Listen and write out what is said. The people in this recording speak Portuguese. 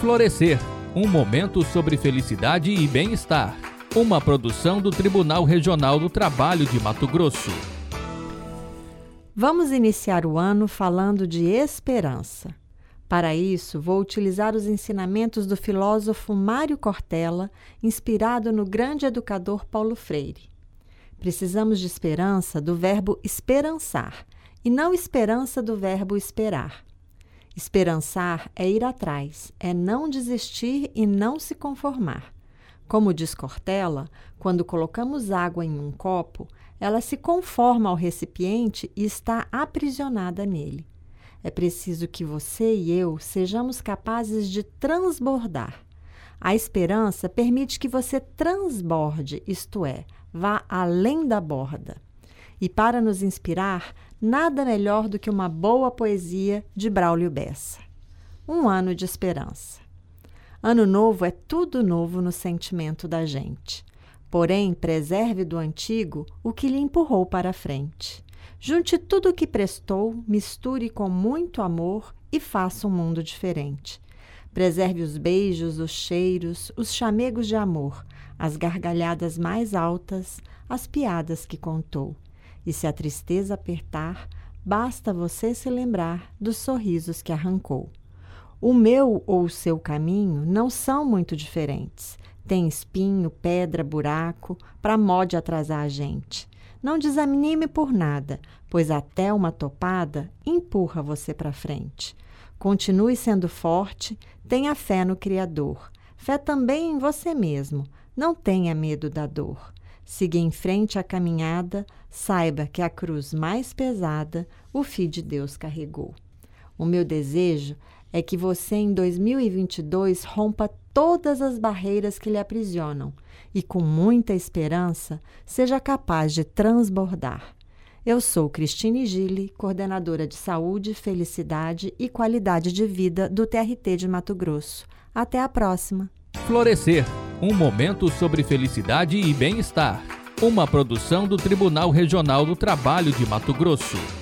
Florescer, um momento sobre felicidade e bem-estar. Uma produção do Tribunal Regional do Trabalho de Mato Grosso. Vamos iniciar o ano falando de esperança. Para isso, vou utilizar os ensinamentos do filósofo Mário Cortella, inspirado no grande educador Paulo Freire. Precisamos de esperança do verbo esperançar, e não esperança do verbo esperar. Esperançar é ir atrás, é não desistir e não se conformar. Como diz Cortella, quando colocamos água em um copo, ela se conforma ao recipiente e está aprisionada nele. É preciso que você e eu sejamos capazes de transbordar. A esperança permite que você transborde, isto é, vá além da borda. E para nos inspirar, nada melhor do que uma boa poesia de Braulio Bessa. Um ano de esperança. Ano novo é tudo novo no sentimento da gente. Porém, preserve do antigo o que lhe empurrou para a frente. Junte tudo o que prestou, misture com muito amor e faça um mundo diferente. Preserve os beijos, os cheiros, os chamegos de amor, as gargalhadas mais altas, as piadas que contou. E se a tristeza apertar, basta você se lembrar dos sorrisos que arrancou. O meu ou o seu caminho não são muito diferentes. Tem espinho, pedra, buraco, para mode atrasar a gente. Não desanime por nada, pois até uma topada empurra você para frente. Continue sendo forte, tenha fé no Criador. Fé também em você mesmo, não tenha medo da dor. Siga em frente a caminhada, saiba que a cruz mais pesada o Filho de Deus carregou. O meu desejo é que você em 2022 rompa todas as barreiras que lhe aprisionam e com muita esperança seja capaz de transbordar. Eu sou Cristine Gille, coordenadora de Saúde, Felicidade e Qualidade de Vida do TRT de Mato Grosso. Até a próxima! Florescer, um momento sobre felicidade e bem-estar. Uma produção do Tribunal Regional do Trabalho de Mato Grosso.